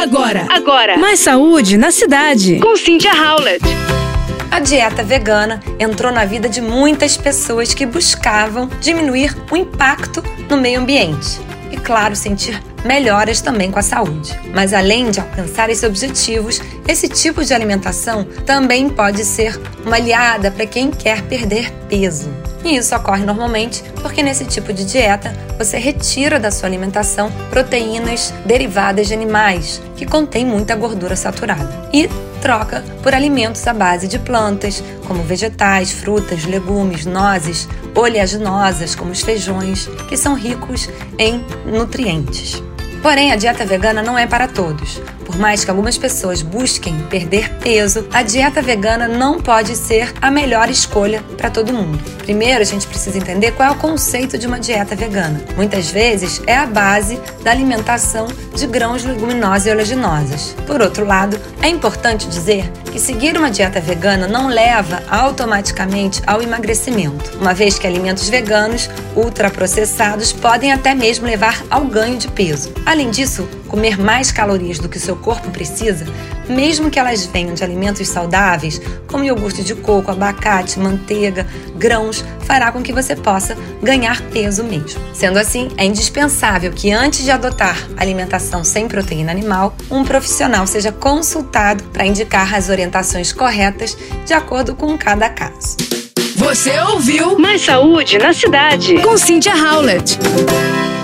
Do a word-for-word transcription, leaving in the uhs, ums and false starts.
Agora, agora, mais saúde na cidade. Com Cynthia Howlett. A dieta vegana entrou na vida de muitas pessoas que buscavam diminuir o impacto no meio ambiente e, claro, sentir melhoras também com a saúde. Mas além de alcançar esses objetivos, esse tipo de alimentação também pode ser uma aliada para quem quer perder peso. E isso ocorre normalmente porque nesse tipo de dieta você retira da sua alimentação proteínas derivadas de animais, que contêm muita gordura saturada, e troca por alimentos à base de plantas, como vegetais, frutas, legumes, nozes, oleaginosas, como os feijões, que são ricos em nutrientes. Porém, a dieta vegana não é para todos. Por mais que algumas pessoas busquem perder peso, a dieta vegana não pode ser a melhor escolha para todo mundo. Primeiro, a gente precisa entender qual é o conceito de uma dieta vegana. Muitas vezes, é a base da alimentação de grãos, leguminosos e oleaginosas. Por outro lado, é importante dizer que seguir uma dieta vegana não leva automaticamente ao emagrecimento, uma vez que alimentos veganos ultraprocessados podem até mesmo levar ao ganho de peso. Além disso, comer mais calorias do que o seu corpo precisa, mesmo que elas venham de alimentos saudáveis, como iogurte de coco, abacate, manteiga, grãos, fará com que você possa ganhar peso mesmo. Sendo assim, é indispensável que antes de adotar alimentação sem proteína animal, um profissional seja consultado para indicar as orientações corretas de acordo com cada caso. Você ouviu Mais Saúde na Cidade, com Cynthia Howlett.